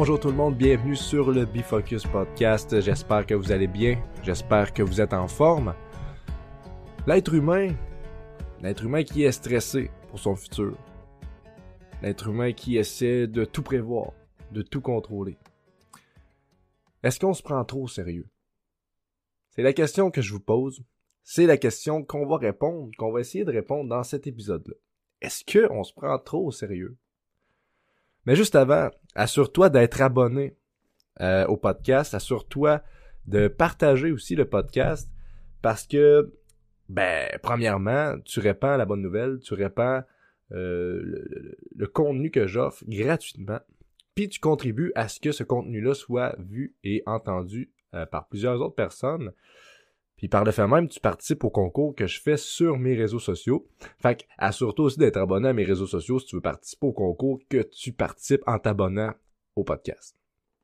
Bonjour tout le monde, bienvenue sur le Bifocus Podcast. J'espère que vous allez bien, j'espère que vous êtes en forme. L'être humain qui est stressé pour son futur. L'être humain qui essaie de tout prévoir, de tout contrôler. Est-ce qu'on se prend trop au sérieux? C'est la question que je vous pose. C'est la question qu'on va répondre, qu'on va essayer de répondre dans cet épisode-là. Est-ce qu'on se prend trop au sérieux? Mais juste avant, assure-toi d'être abonné au podcast. Assure-toi de partager aussi le podcast parce que, premièrement, tu répands la bonne nouvelle, tu répands le contenu que j'offre gratuitement, puis tu contribues à ce que ce contenu-là soit vu et entendu par plusieurs autres personnes. Puis par le fait même, tu participes au concours que je fais sur mes réseaux sociaux. Fait que assure-toi aussi d'être abonné à mes réseaux sociaux si tu veux participer au concours, que tu participes en t'abonnant au podcast.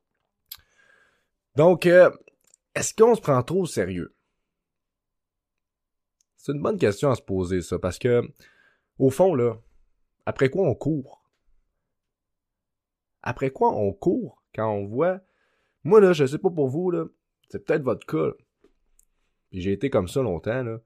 Donc, est-ce qu'on se prend trop au sérieux? C'est une bonne question à se poser, ça, parce que, au fond, là, après quoi on court? Après quoi on court quand on voit... Moi, là, je sais pas pour vous, là, c'est peut-être votre cas, là. Puis j'ai été comme ça longtemps, là.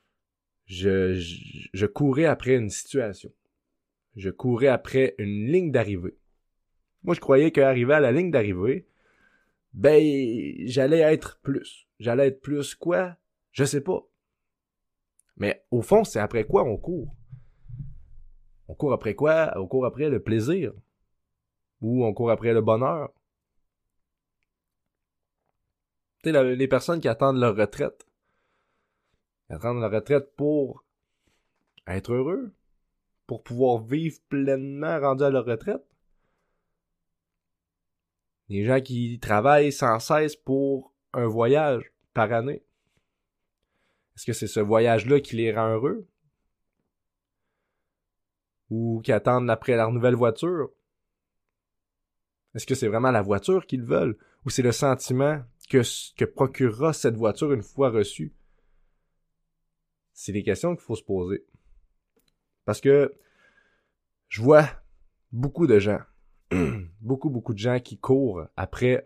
Je courais après une situation. Je courais après une ligne d'arrivée. Moi, je croyais qu'arrivé à la ligne d'arrivée, j'allais être plus. J'allais être plus quoi? Je sais pas. Mais au fond, c'est après quoi on court? On court après quoi? On court après le plaisir. Ou on court après le bonheur. Tu sais, les personnes qui attendent leur retraite. Attendre la retraite pour être heureux, pour pouvoir vivre pleinement rendu à leur retraite. Les gens qui travaillent sans cesse pour un voyage par année. Est-ce que c'est ce voyage-là qui les rend heureux? Ou qui attendent après leur nouvelle voiture? Est-ce que c'est vraiment la voiture qu'ils veulent? Ou c'est le sentiment que procurera cette voiture une fois reçue? C'est des questions qu'il faut se poser. Parce que je vois beaucoup de gens, beaucoup de gens qui courent après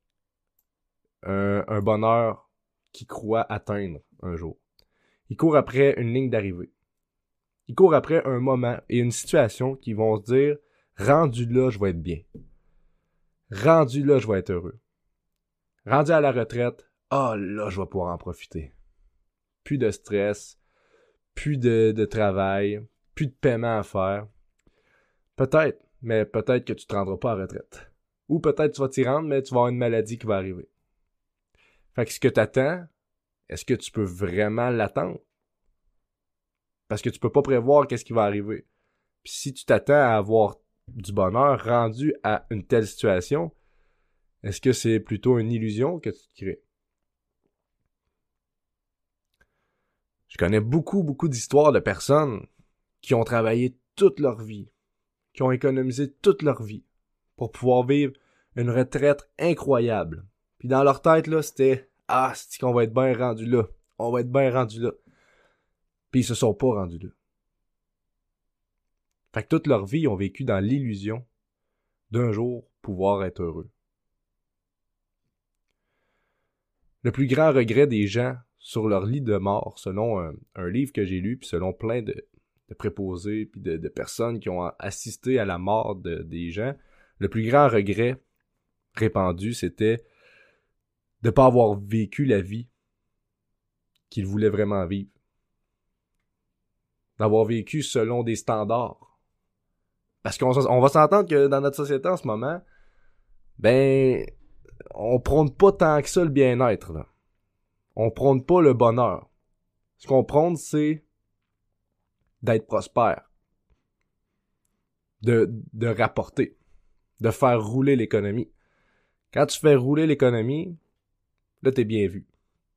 un bonheur qu'ils croient atteindre un jour. Ils courent après une ligne d'arrivée. Ils courent après un moment et une situation qui vont se dire « Rendu là, je vais être bien. Rendu là, je vais être heureux. Rendu à la retraite, là, je vais pouvoir en profiter. » Plus de stress, plus de travail, plus de paiement à faire. Peut-être, mais peut-être que tu te rendras pas à la retraite. Ou peut-être tu vas t'y rendre, mais tu vas avoir une maladie qui va arriver. Fait que ce que t'attends, est-ce que tu peux vraiment l'attendre? Parce que tu peux pas prévoir qu'est-ce qui va arriver. Puis si tu t'attends à avoir du bonheur rendu à une telle situation, est-ce que c'est plutôt une illusion que tu te crées? Je connais beaucoup d'histoires de personnes qui ont travaillé toute leur vie, qui ont économisé toute leur vie pour pouvoir vivre une retraite incroyable. Puis dans leur tête, là, c'était « Ah, c'est qu'on va être bien rendu là. On va être bien rendu là. » Puis ils se sont pas rendus là. Fait que toute leur vie, ils ont vécu dans l'illusion d'un jour pouvoir être heureux. Le plus grand regret des gens sur leur lit de mort, selon un livre que j'ai lu, puis selon plein de préposés, puis de personnes qui ont assisté à la mort des gens, le plus grand regret répandu, c'était de ne pas avoir vécu la vie qu'ils voulaient vraiment vivre. D'avoir vécu selon des standards. Parce qu'on va s'entendre que dans notre société en ce moment, on prône pas tant que ça le bien-être, là. On prône pas le bonheur. Ce qu'on prône, c'est d'être prospère. De rapporter. De faire rouler l'économie. Quand tu fais rouler l'économie, là, t'es bien vu.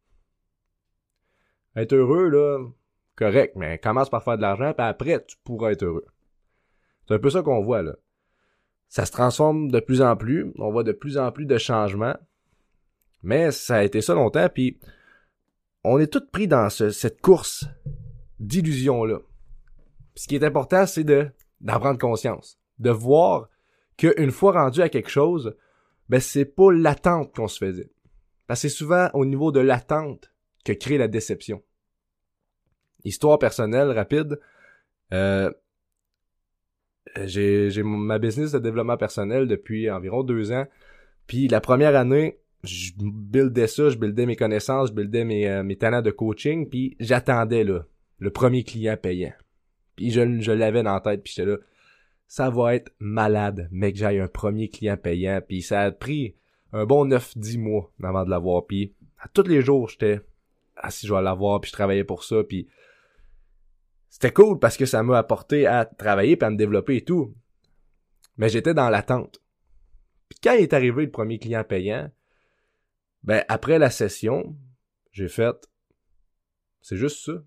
Être heureux, là, correct, mais commence par faire de l'argent, puis après, tu pourras être heureux. C'est un peu ça qu'on voit, là. Ça se transforme de plus en plus, on voit de plus en plus de changements, mais ça a été ça longtemps, puis on est tous pris dans cette course d'illusions-là. Puis ce qui est important, c'est d'en prendre conscience, de voir qu'une fois rendu à quelque chose, ben c'est pas l'attente qu'on se faisait. Parce que c'est souvent au niveau de l'attente que crée la déception. Histoire personnelle rapide, j'ai ma business de développement personnel depuis environ 2 ans. Puis la première année, je buildais mes connaissances, je buildais mes talents de coaching, puis j'attendais là le premier client payant. Puis je l'avais dans la tête, puis j'étais là, ça va être malade, mec, j'aille un premier client payant. Puis ça a pris un bon 9-10 mois avant de l'avoir. Puis à tous les jours, j'étais si je vais l'avoir, puis je travaillais pour ça, puis c'était cool parce que ça m'a apporté à travailler puis à me développer et tout. Mais j'étais dans l'attente. Puis quand il est arrivé le premier client payant, ben après la session, j'ai fait c'est juste ça.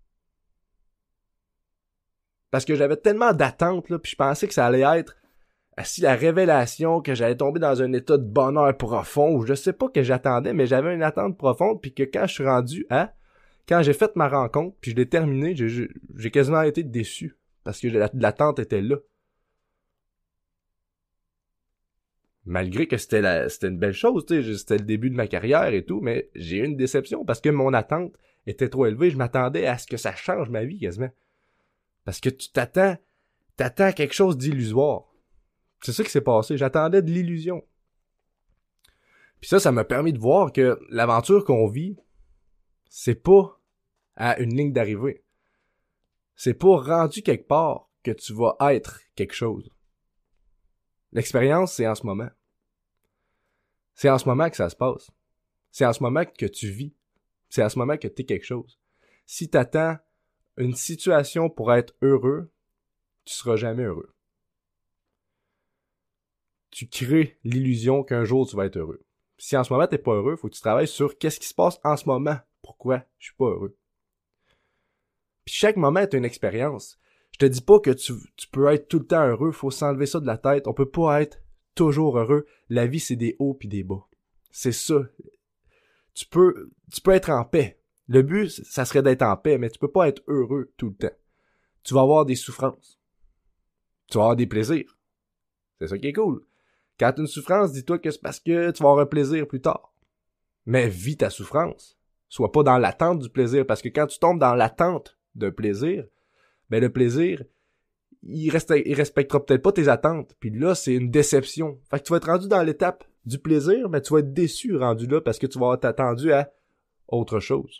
Parce que j'avais tellement d'attentes là, puis je pensais que ça allait être la révélation, que j'allais tomber dans un état de bonheur profond, ou je sais pas que j'attendais, mais j'avais une attente profonde, puis que quand je suis rendu quand j'ai fait ma rencontre, puis je l'ai terminé, j'ai quasiment été déçu. Parce que l'attente était là. Malgré que c'était une belle chose, tu sais, c'était le début de ma carrière et tout, mais j'ai eu une déception parce que mon attente était trop élevée. Je m'attendais à ce que ça change ma vie quasiment. Parce que tu t'attends à quelque chose d'illusoire. C'est ça qui s'est passé. J'attendais de l'illusion. Puis ça m'a permis de voir que l'aventure qu'on vit, c'est pas à une ligne d'arrivée. C'est pas rendu quelque part que tu vas être quelque chose. L'expérience, c'est en ce moment. C'est en ce moment que ça se passe. C'est en ce moment que tu vis. C'est en ce moment que t'es quelque chose. Si t'attends une situation pour être heureux, tu seras jamais heureux. Tu crées l'illusion qu'un jour tu vas être heureux. Si en ce moment t'es pas heureux, faut que tu travailles sur qu'est-ce qui se passe en ce moment. Pourquoi je suis pas heureux? Puis chaque moment est une expérience. Je te dis pas que tu peux être tout le temps heureux, faut s'enlever ça de la tête. On peut pas être toujours heureux. La vie, c'est des hauts puis des bas. C'est ça. Tu peux être en paix. Le but, ça serait d'être en paix, mais tu peux pas être heureux tout le temps. Tu vas avoir des souffrances. Tu vas avoir des plaisirs. C'est ça qui est cool. Quand tu as une souffrance, dis-toi que c'est parce que tu vas avoir un plaisir plus tard. Mais vis ta souffrance. Sois pas dans l'attente du plaisir, parce que quand tu tombes dans l'attente d'un plaisir, ben le plaisir, il respectera peut-être pas tes attentes. Puis là, c'est une déception. Fait que tu vas être rendu dans l'étape du plaisir, mais tu vas être déçu rendu là parce que tu vas être attendu à autre chose.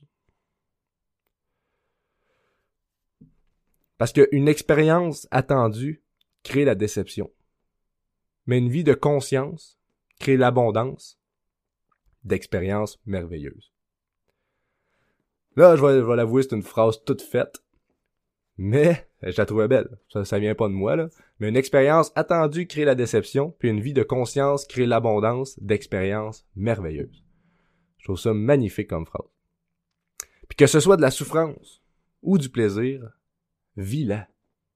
Parce qu'une expérience attendue crée la déception. Mais une vie de conscience crée l'abondance d'expériences merveilleuses. Là, je vais l'avouer, c'est une phrase toute faite. Mais je la trouvais belle. Ça vient pas de moi, là. Mais une expérience attendue crée la déception, puis une vie de conscience crée l'abondance d'expériences merveilleuses. Je trouve ça magnifique comme phrase. Puis que ce soit de la souffrance ou du plaisir, vis-la.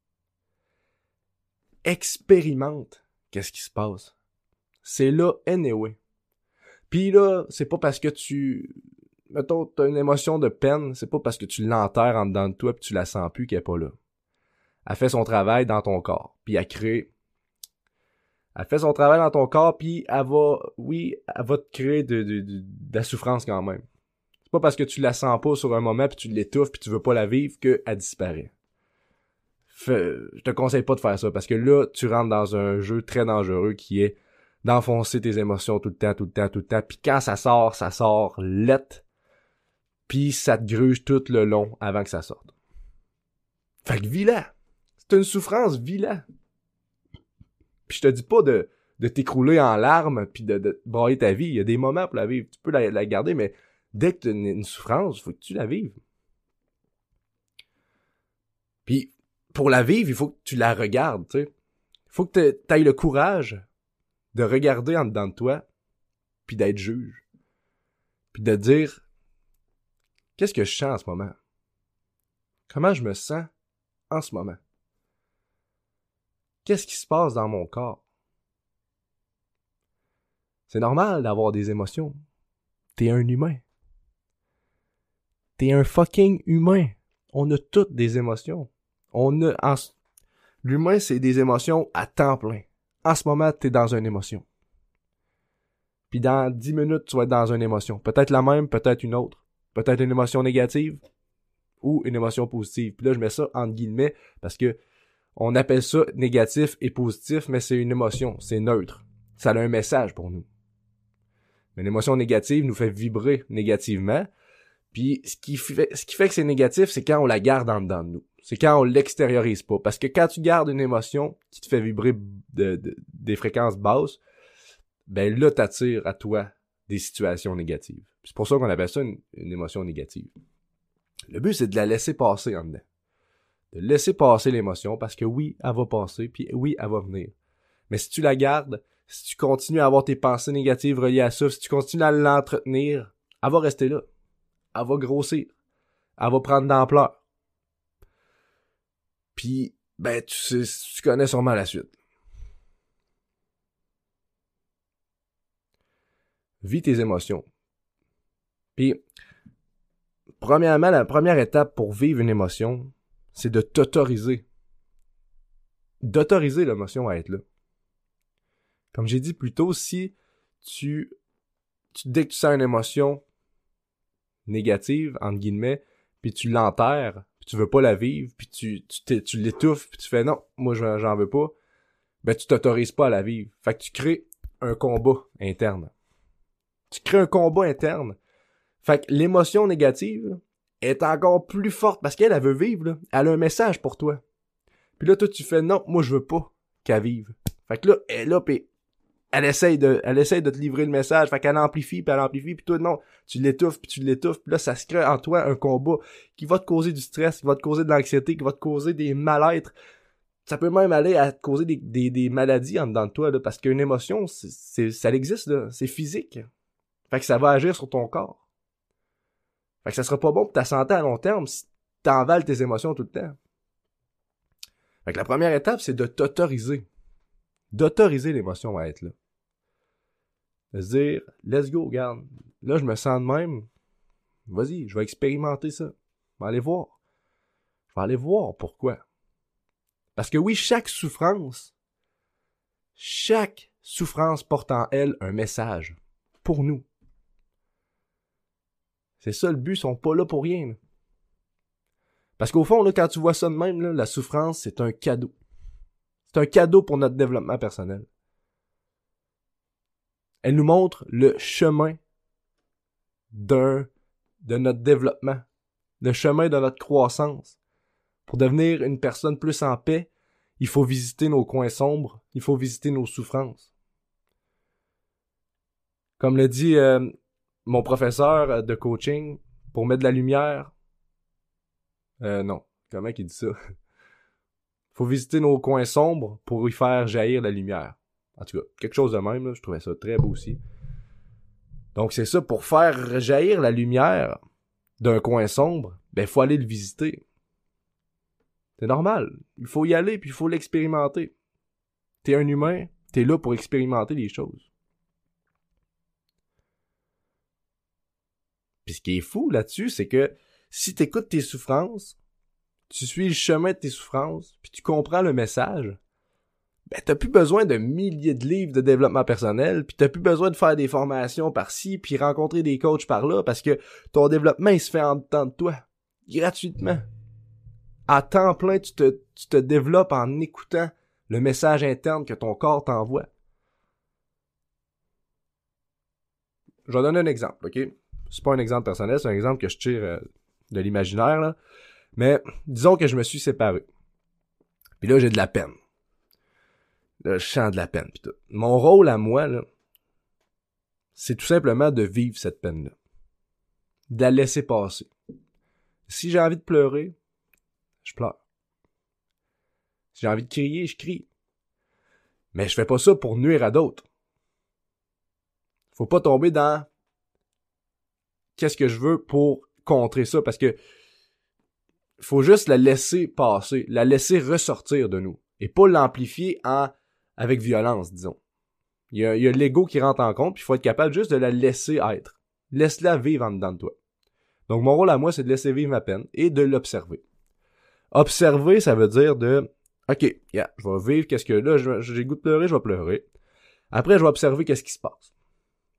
Expérimente qu'est-ce qui se passe. C'est là anyway. Puis là, c'est pas parce que mettons, t'as une émotion de peine, c'est pas parce que tu l'enterres en dedans de toi pis tu la sens plus qu'elle est pas là. Elle fait son travail dans ton corps, puis elle fait son travail dans ton corps, puis elle va te créer de la souffrance quand même. C'est pas parce que tu la sens pas sur un moment puis tu l'étouffes puis tu veux pas la vivre qu'elle disparaît. Je te conseille pas de faire ça parce que là, tu rentres dans un jeu très dangereux qui est d'enfoncer tes émotions tout le temps, puis quand ça sort lettre. Pis ça te gruge tout le long avant que ça sorte. Fait que vis-la. C'est une souffrance, vis-la. Pis je te dis pas de t'écrouler en larmes pis de brailler ta vie. Il y a des moments pour la vivre. Tu peux la garder, mais dès que tu as une souffrance, faut que tu la vives. Puis pour la vivre, il faut que tu la regardes, tu sais. Il faut que tu aies le courage de regarder en dedans de toi puis d'être juge. Puis de dire qu'est-ce que je sens en ce moment? Comment je me sens en ce moment? Qu'est-ce qui se passe dans mon corps? C'est normal d'avoir des émotions. T'es un humain. T'es un fucking humain. On a toutes des émotions. L'humain, c'est des émotions à temps plein. En ce moment, t'es dans une émotion. Puis dans 10 minutes, tu vas être dans une émotion. Peut-être la même, peut-être une autre. Peut-être une émotion négative ou une émotion positive. Puis là, je mets ça entre guillemets parce que on appelle ça négatif et positif, mais c'est une émotion, c'est neutre. Ça a un message pour nous. Mais l'émotion négative nous fait vibrer négativement. Puis ce qui fait que c'est négatif, c'est quand on la garde en dedans de nous. C'est quand on l'extériorise pas. Parce que quand tu gardes une émotion qui te fait vibrer des fréquences basses, ben là, t'attires à toi des situations négatives. C'est pour ça qu'on appelle ça une émotion négative. Le but, c'est de la laisser passer en dedans. De laisser passer l'émotion parce que oui, elle va passer, puis oui, elle va venir. Mais si tu la gardes, si tu continues à avoir tes pensées négatives reliées à ça, si tu continues à l'entretenir, elle va rester là. Elle va grossir. Elle va prendre d'ampleur. Puis, ben, tu connais sûrement la suite. Vis tes émotions. Puis, premièrement, la première étape pour vivre une émotion, c'est de t'autoriser. D'autoriser l'émotion à être là. Comme j'ai dit plus tôt, si dès que tu sens une émotion négative, entre guillemets, puis tu l'enterres, puis tu veux pas la vivre, puis tu l'étouffes, puis tu fais non, moi j'en veux pas, ben tu t'autorises pas à la vivre. Fait que tu crées un combat interne. Tu crées un combat interne. Fait que l'émotion négative est encore plus forte parce qu'elle veut vivre, là. Elle a un message pour toi. Puis là, toi, tu fais non, moi je veux pas qu'elle vive. Fait que là, elle est là, pis elle essaye de te livrer le message. Fait qu'elle amplifie, puis toi, non, tu l'étouffes, puis là, ça se crée en toi un combat qui va te causer du stress, qui va te causer de l'anxiété, qui va te causer des mal-être. Ça peut même aller à te causer des maladies en dedans de toi, là, parce qu'une émotion, ça existe, là, c'est physique. Fait que ça va agir sur ton corps. Fait que ça sera pas bon pour ta santé à long terme si t'envales tes émotions tout le temps. Fait que la première étape, c'est de t'autoriser. D'autoriser l'émotion à être là. De se dire, let's go, regarde. Là, je me sens de même. Vas-y, je vais expérimenter ça. Je vais aller voir. Je vais aller voir pourquoi. Parce que oui, chaque souffrance porte en elle un message. Pour nous. C'est ça le but, ils sont pas là pour rien. Là. Parce qu'au fond, là, quand tu vois ça de même, là, la souffrance, c'est un cadeau. C'est un cadeau pour notre développement personnel. Elle nous montre le chemin de notre développement, le chemin de notre croissance. Pour devenir une personne plus en paix, il faut visiter nos coins sombres, il faut visiter nos souffrances. Comme le dit mon professeur de coaching, pour mettre de la lumière, non, comment il dit ça? Faut visiter nos coins sombres pour y faire jaillir la lumière. En tout cas, quelque chose de même, là, je trouvais ça très beau aussi. Donc c'est ça, pour faire jaillir la lumière d'un coin sombre, ben faut aller le visiter. C'est normal, il faut y aller puis il faut l'expérimenter. T'es un humain, t'es là pour expérimenter les choses. Puis ce qui est fou là-dessus, c'est que si t'écoutes tes souffrances, tu suis le chemin de tes souffrances, puis tu comprends le message, ben t'as plus besoin de milliers de livres de développement personnel, puis t'as plus besoin de faire des formations par-ci, puis rencontrer des coachs par-là, parce que ton développement, il se fait en dedans de toi, gratuitement. À temps plein, tu te développes en écoutant le message interne que ton corps t'envoie. Je vais donner un exemple, ok? C'est pas un exemple personnel, c'est un exemple que je tire de l'imaginaire, là. Mais disons que je me suis séparé. Puis là, j'ai de la peine. Là, je sens de la peine. Pis tout. Mon rôle à moi, là, c'est tout simplement de vivre cette peine-là. De la laisser passer. Si j'ai envie de pleurer, je pleure. Si j'ai envie de crier, je crie. Mais je fais pas ça pour nuire à d'autres. Faut pas tomber dans qu'est-ce que je veux pour contrer ça, parce que faut juste la laisser passer, la laisser ressortir de nous, et pas l'amplifier avec violence, disons. Il y a l'ego qui rentre en compte, puis il faut être capable juste de la laisser être. Laisse-la vivre en dedans de toi. Donc mon rôle à moi, c'est de laisser vivre ma peine et de l'observer. Observer, ça veut dire OK, yeah, je vais vivre qu'est-ce que là, j'ai le goût de pleurer, je vais pleurer. Après, je vais observer qu'est-ce qui se passe.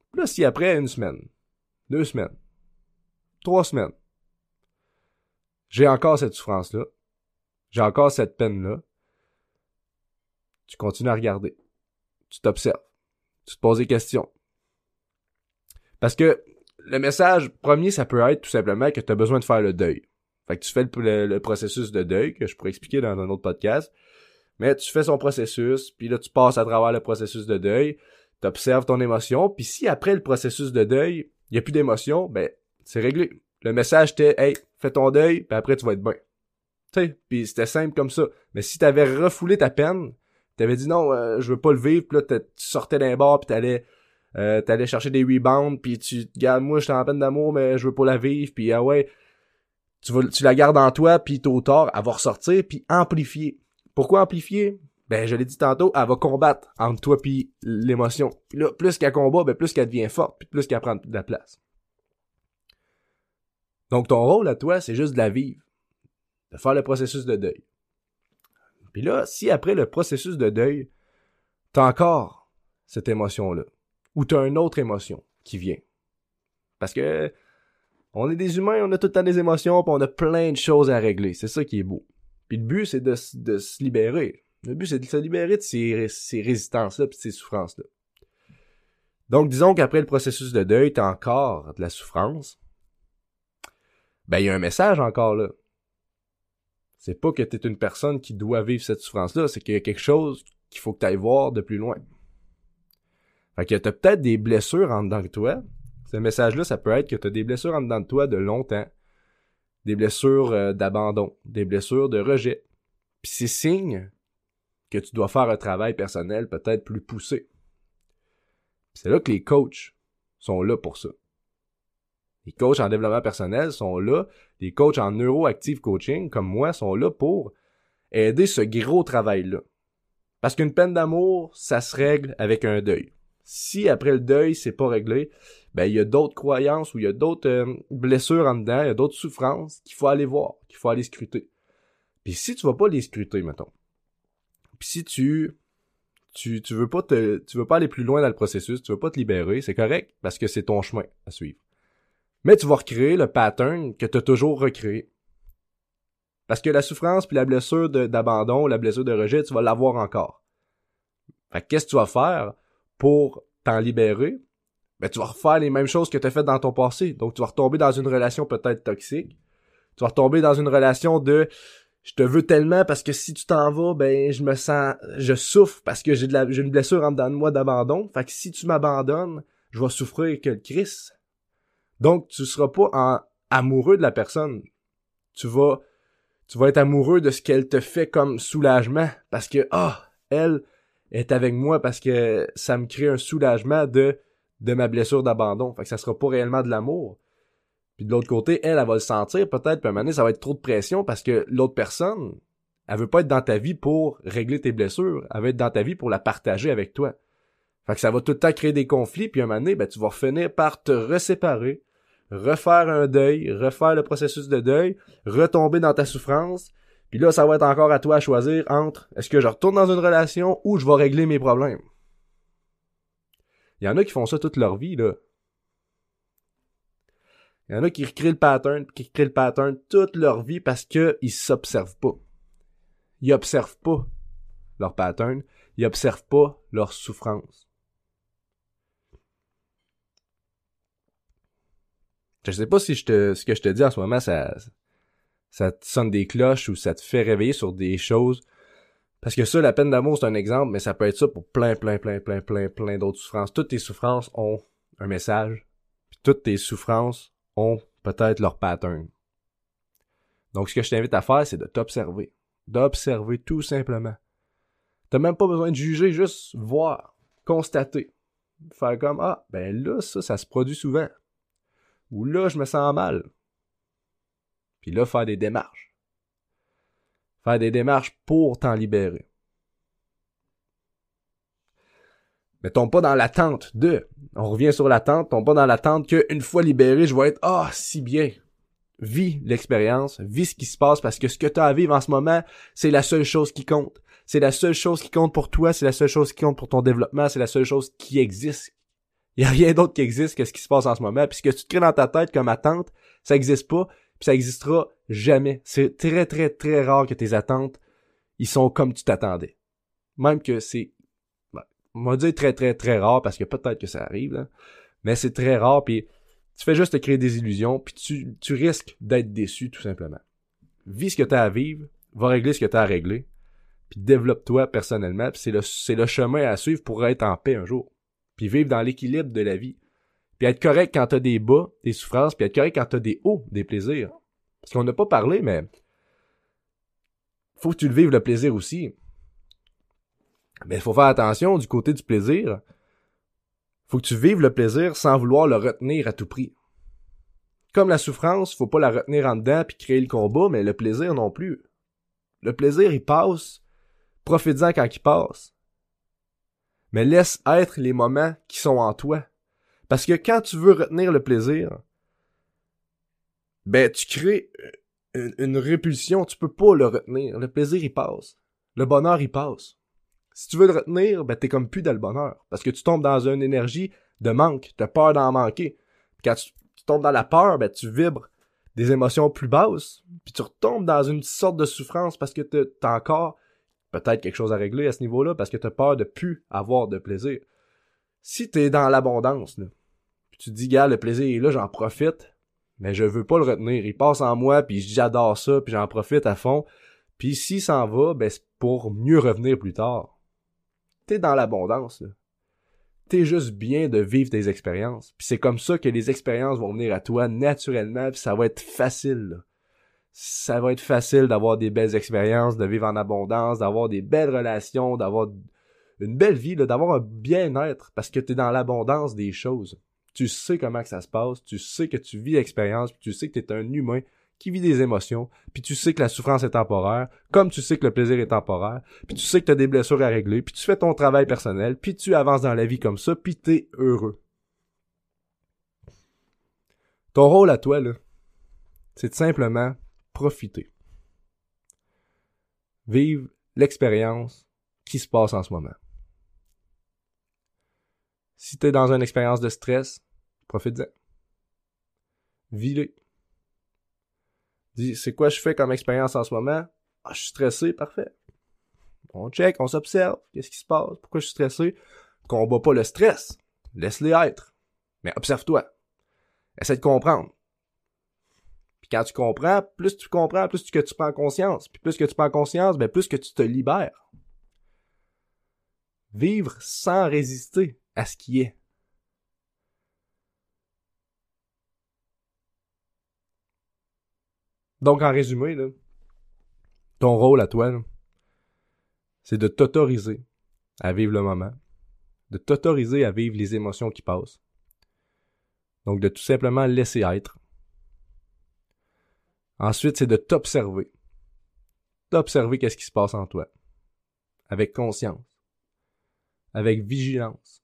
Puis là, si après 1 semaine, 2 semaines, 3 semaines, j'ai encore cette souffrance-là, j'ai encore cette peine-là, tu continues à regarder. Tu t'observes. Tu te poses des questions. Parce que le message premier, ça peut être tout simplement que tu as besoin de faire le deuil. Fait que tu fais le processus de deuil, que je pourrais expliquer dans un autre podcast. Mais tu fais son processus, puis là, tu passes à travers le processus de deuil, tu observes ton émotion, puis si après le processus de deuil, il n'y a plus d'émotion, ben, c'est réglé. Le message était « Hey, fais ton deuil, puis après, tu vas être bien. » Tu sais, puis c'était simple comme ça. Mais si t'avais refoulé ta peine, t'avais dit « Non, je veux pas le vivre », puis là, tu sortais d'un bar, puis t'allais chercher des rebounds, puis tu « Regarde, moi, j'étais en peine d'amour, mais je veux pas la vivre, puis ah ouais, tu la gardes en toi, puis tôt ou tard, elle va ressortir, puis amplifier. » Pourquoi amplifier? Ben, je l'ai dit tantôt, elle va combattre entre toi puis l'émotion. Puis là, plus qu'elle combat, ben plus qu'elle devient forte, puis plus qu'elle prend de la place. Donc, ton rôle à toi, c'est juste de la vivre. De faire le processus de deuil. Puis là, si après le processus de deuil, t'as encore cette émotion-là, ou t'as une autre émotion qui vient. Parce que on est des humains, on a tout le temps des émotions, puis on a plein de choses à régler. C'est ça qui est beau. Puis le but, c'est de se libérer. Le but, c'est de se libérer de ces résistances-là puis de ces souffrances-là. Donc, disons qu'après le processus de deuil, t'as encore de la souffrance. Ben, il y a un message encore là. C'est pas que t'es une personne qui doit vivre cette souffrance-là, c'est qu'il y a quelque chose qu'il faut que t'ailles voir de plus loin. Fait que t'as peut-être des blessures en dedans de toi. Ce message-là, ça peut être que t'as des blessures en dedans de toi de longtemps. Des blessures d'abandon, des blessures de rejet. Puis c'est signe que tu dois faire un travail personnel peut-être plus poussé. Puis c'est là que les coachs sont là pour ça. Les coachs en développement personnel sont là. Les coachs en neuroactive coaching, comme moi, sont là pour aider ce gros travail-là. Parce qu'une peine d'amour, ça se règle avec un deuil. Si après le deuil, c'est pas réglé, ben il y a d'autres croyances ou il y a d'autres blessures en dedans, il y a d'autres souffrances qu'il faut aller voir, qu'il faut aller scruter. Puis si tu vas pas les scruter, mettons, puis si tu veux pas aller plus loin dans le processus, tu veux pas te libérer, c'est correct parce que c'est ton chemin à suivre. Mais tu vas recréer le pattern que tu as toujours recréé. Parce que la souffrance puis la blessure d'abandon, la blessure de rejet, tu vas l'avoir encore. Fait que qu'est-ce que tu vas faire pour t'en libérer? Ben, tu vas refaire les mêmes choses que tu as faites dans ton passé. Donc, tu vas retomber dans une relation peut-être toxique. Tu vas retomber dans une relation de « je te veux tellement parce que si tu t'en vas, ben, je souffre parce que j'ai une blessure en dedans de moi d'abandon. Fait que si tu m'abandonnes, je vais souffrir que le Christ. » Donc, tu seras pas amoureux de la personne. Tu vas être amoureux de ce qu'elle te fait comme soulagement parce que, elle est avec moi parce que ça me crée un soulagement de ma blessure d'abandon. Fait que ça sera pas réellement de l'amour. Puis de l'autre côté, elle va le sentir peut-être, puis à un moment donné, ça va être trop de pression parce que l'autre personne, elle veut pas être dans ta vie pour régler tes blessures. Elle veut être dans ta vie pour la partager avec toi. Fait que ça va tout le temps créer des conflits, puis à un moment donné, ben, tu vas finir par te reséparer, refaire un deuil, refaire le processus de deuil, retomber dans ta souffrance, puis là, ça va être encore à toi à choisir entre est-ce que je retourne dans une relation ou je vais régler mes problèmes. Il y en a qui font ça toute leur vie, là. Il y en a qui recréent le pattern toute leur vie parce qu'ils s'observent pas. Ils observent pas leur pattern, ils observent pas leur souffrance. Je sais pas si ce que je te dis en ce moment, ça te sonne des cloches ou ça te fait réveiller sur des choses. Parce que ça, la peine d'amour, c'est un exemple, mais ça peut être ça pour plein d'autres souffrances. Toutes tes souffrances ont un message. Puis toutes tes souffrances ont peut-être leur pattern. Donc, ce que je t'invite à faire, c'est de t'observer. D'observer tout simplement. T'as même pas besoin de juger, juste voir, constater. Faire comme, ben là, ça se produit souvent. Ou là, je me sens mal. Puis là, faire des démarches. Faire des démarches pour t'en libérer. Mais tombe pas dans l'attente on revient sur l'attente, tombe pas dans l'attente qu'une fois libéré, je vais être, si bien. Vis l'expérience, vis ce qui se passe parce que ce que tu as à vivre en ce moment, c'est la seule chose qui compte. C'est la seule chose qui compte pour toi, c'est la seule chose qui compte pour ton développement, c'est la seule chose qui existe. Il y a rien d'autre qui existe que ce qui se passe en ce moment. Puis ce que tu te crées dans ta tête comme attente, ça existe pas, puis ça existera jamais. C'est très, très, très rare que tes attentes, ils sont comme tu t'attendais. Même que c'est, on va dire très, très, très rare, parce que peut-être que ça arrive, là. Mais c'est très rare, puis tu fais juste te créer des illusions, puis tu risques d'être déçu, tout simplement. Vis ce que t'as à vivre, va régler ce que t'as à régler, puis développe-toi personnellement, puis c'est le chemin à suivre pour être en paix un jour. Puis vivre dans l'équilibre de la vie. Puis être correct quand t'as des bas, des souffrances, puis être correct quand t'as des hauts, des plaisirs. Parce qu'on n'a pas parlé, mais faut que tu le vives le plaisir aussi. Mais il faut faire attention du côté du plaisir. Faut que tu vives le plaisir sans vouloir le retenir à tout prix. Comme la souffrance, faut pas la retenir en dedans puis créer le combat, mais le plaisir non plus. Le plaisir, il passe. Profite-en quand il passe. Mais laisse être les moments qui sont en toi. Parce que quand tu veux retenir le plaisir, ben tu crées une répulsion, tu peux pas le retenir. Le plaisir, il passe. Le bonheur, il passe. Si tu veux le retenir, ben t'es comme plus dans le bonheur. Parce que tu tombes dans une énergie de manque, t'as peur d'en manquer. Puis quand tu tombes dans la peur, ben tu vibres des émotions plus basses, puis tu retombes dans une sorte de souffrance parce que t'as encore peut-être quelque chose à régler à ce niveau-là, parce que t'as peur de plus avoir de plaisir. Si t'es dans l'abondance, là, puis tu te dis, gars, le plaisir est là, j'en profite, mais je veux pas le retenir. Il passe en moi, puis j'adore ça, puis j'en profite à fond. Puis s'il s'en va, ben c'est pour mieux revenir plus tard. T'es dans l'abondance, là. T'es juste bien de vivre tes expériences. Puis c'est comme ça que les expériences vont venir à toi naturellement, puis ça va être facile, là. Ça va être facile d'avoir des belles expériences, de vivre en abondance, d'avoir des belles relations, d'avoir une belle vie, là, d'avoir un bien-être, parce que t'es dans l'abondance des choses. Tu sais comment que ça se passe, tu sais que tu vis l'expérience, puis tu sais que t'es un humain qui vit des émotions, puis tu sais que la souffrance est temporaire, comme tu sais que le plaisir est temporaire, puis tu sais que t'as des blessures à régler, puis tu fais ton travail personnel, puis tu avances dans la vie comme ça, puis t'es heureux. Ton rôle à toi, là, c'est de simplement profiter. Vivre l'expérience qui se passe en ce moment. Si t'es dans une expérience de stress, profite-en. Vis-le. Dis, c'est quoi je fais comme expérience en ce moment? Ah, je suis stressé, parfait. On check, on s'observe. Qu'est-ce qui se passe? Pourquoi je suis stressé? Combat pas le stress. Laisse-les être. Mais observe-toi. Essaie de comprendre. Puis quand tu comprends, plus que tu prends conscience. Puis plus que tu prends conscience, ben plus que tu te libères. Vivre sans résister à ce qui est. Donc, en résumé, là, ton rôle à toi, là, c'est de t'autoriser à vivre le moment, de t'autoriser à vivre les émotions qui passent. Donc, de tout simplement laisser être. Ensuite, c'est de t'observer. T'observer qu'est-ce qui se passe en toi. Avec conscience. Avec vigilance.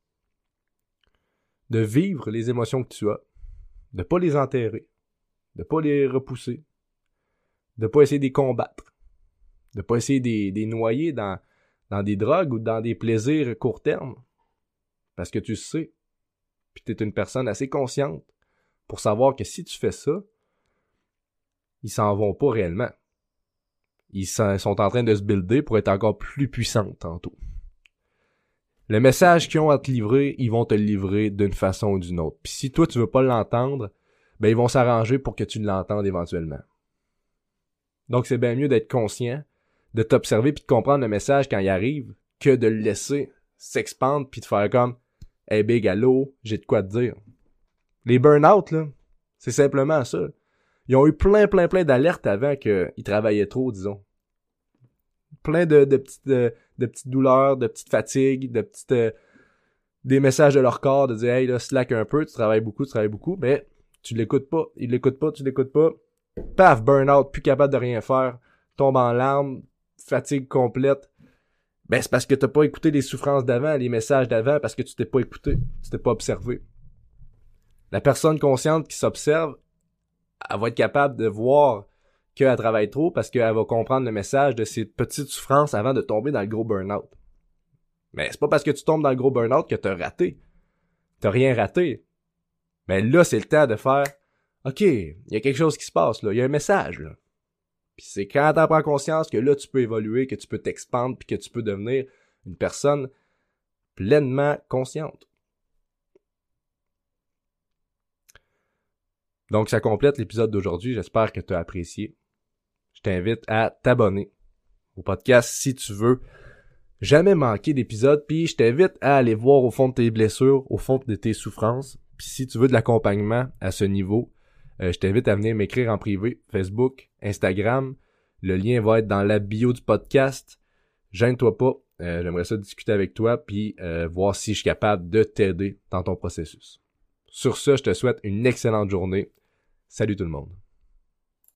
De vivre les émotions que tu as. De pas les enterrer. De pas les repousser. De pas essayer de les combattre. De pas essayer de les noyer dans des drogues ou dans des plaisirs court terme. Parce que tu sais. Puis t'es une personne assez consciente pour savoir que si tu fais ça, ils s'en vont pas réellement. Ils sont en train de se builder pour être encore plus puissants tantôt. Le message qu'ils ont à te livrer, ils vont te le livrer d'une façon ou d'une autre. Puis si toi, tu veux pas l'entendre, ben ils vont s'arranger pour que tu l'entendes éventuellement. Donc c'est bien mieux d'être conscient, de t'observer puis de comprendre le message quand il arrive, que de le laisser s'expandre puis de faire comme « Hey big, allô, j'ai de quoi te dire. » Les burn-out, là, c'est simplement ça. Ils ont eu plein d'alertes avant qu'ils travaillaient trop, disons. Plein de petites douleurs, de petites fatigues, des messages de leur corps de dire « Hey, là, slack un peu, tu travailles beaucoup, mais tu l'écoutes pas, tu l'écoutes pas. Paf, burn-out, plus capable de rien faire, tombe en larmes, fatigue complète. Ben, c'est parce que t'as pas écouté les souffrances d'avant, les messages d'avant, parce que tu t'es pas écouté, tu t'es pas observé. La personne consciente qui s'observe, elle va être capable de voir qu'elle travaille trop parce qu'elle va comprendre le message de ces petites souffrances avant de tomber dans le gros burn-out. Mais c'est pas parce que tu tombes dans le gros burn-out que t'as raté. t'as rien raté. Mais là, c'est le temps de faire « OK, il y a quelque chose qui se passe, là. Il y a un message, là. » Puis c'est quand t'en prends conscience que là, tu peux évoluer, que tu peux t'expandre, puis que tu peux devenir une personne pleinement consciente. Donc, ça complète l'épisode d'aujourd'hui. J'espère que tu as apprécié. Je t'invite à t'abonner au podcast si tu veux jamais manquer d'épisodes. Puis, je t'invite à aller voir au fond de tes blessures, au fond de tes souffrances. Puis, si tu veux de l'accompagnement à ce niveau, je t'invite à venir m'écrire en privé, Facebook, Instagram. Le lien va être dans la bio du podcast. Gêne-toi pas. J'aimerais ça discuter avec toi puis voir si je suis capable de t'aider dans ton processus. Sur ce, je te souhaite une excellente journée. Salut tout le monde.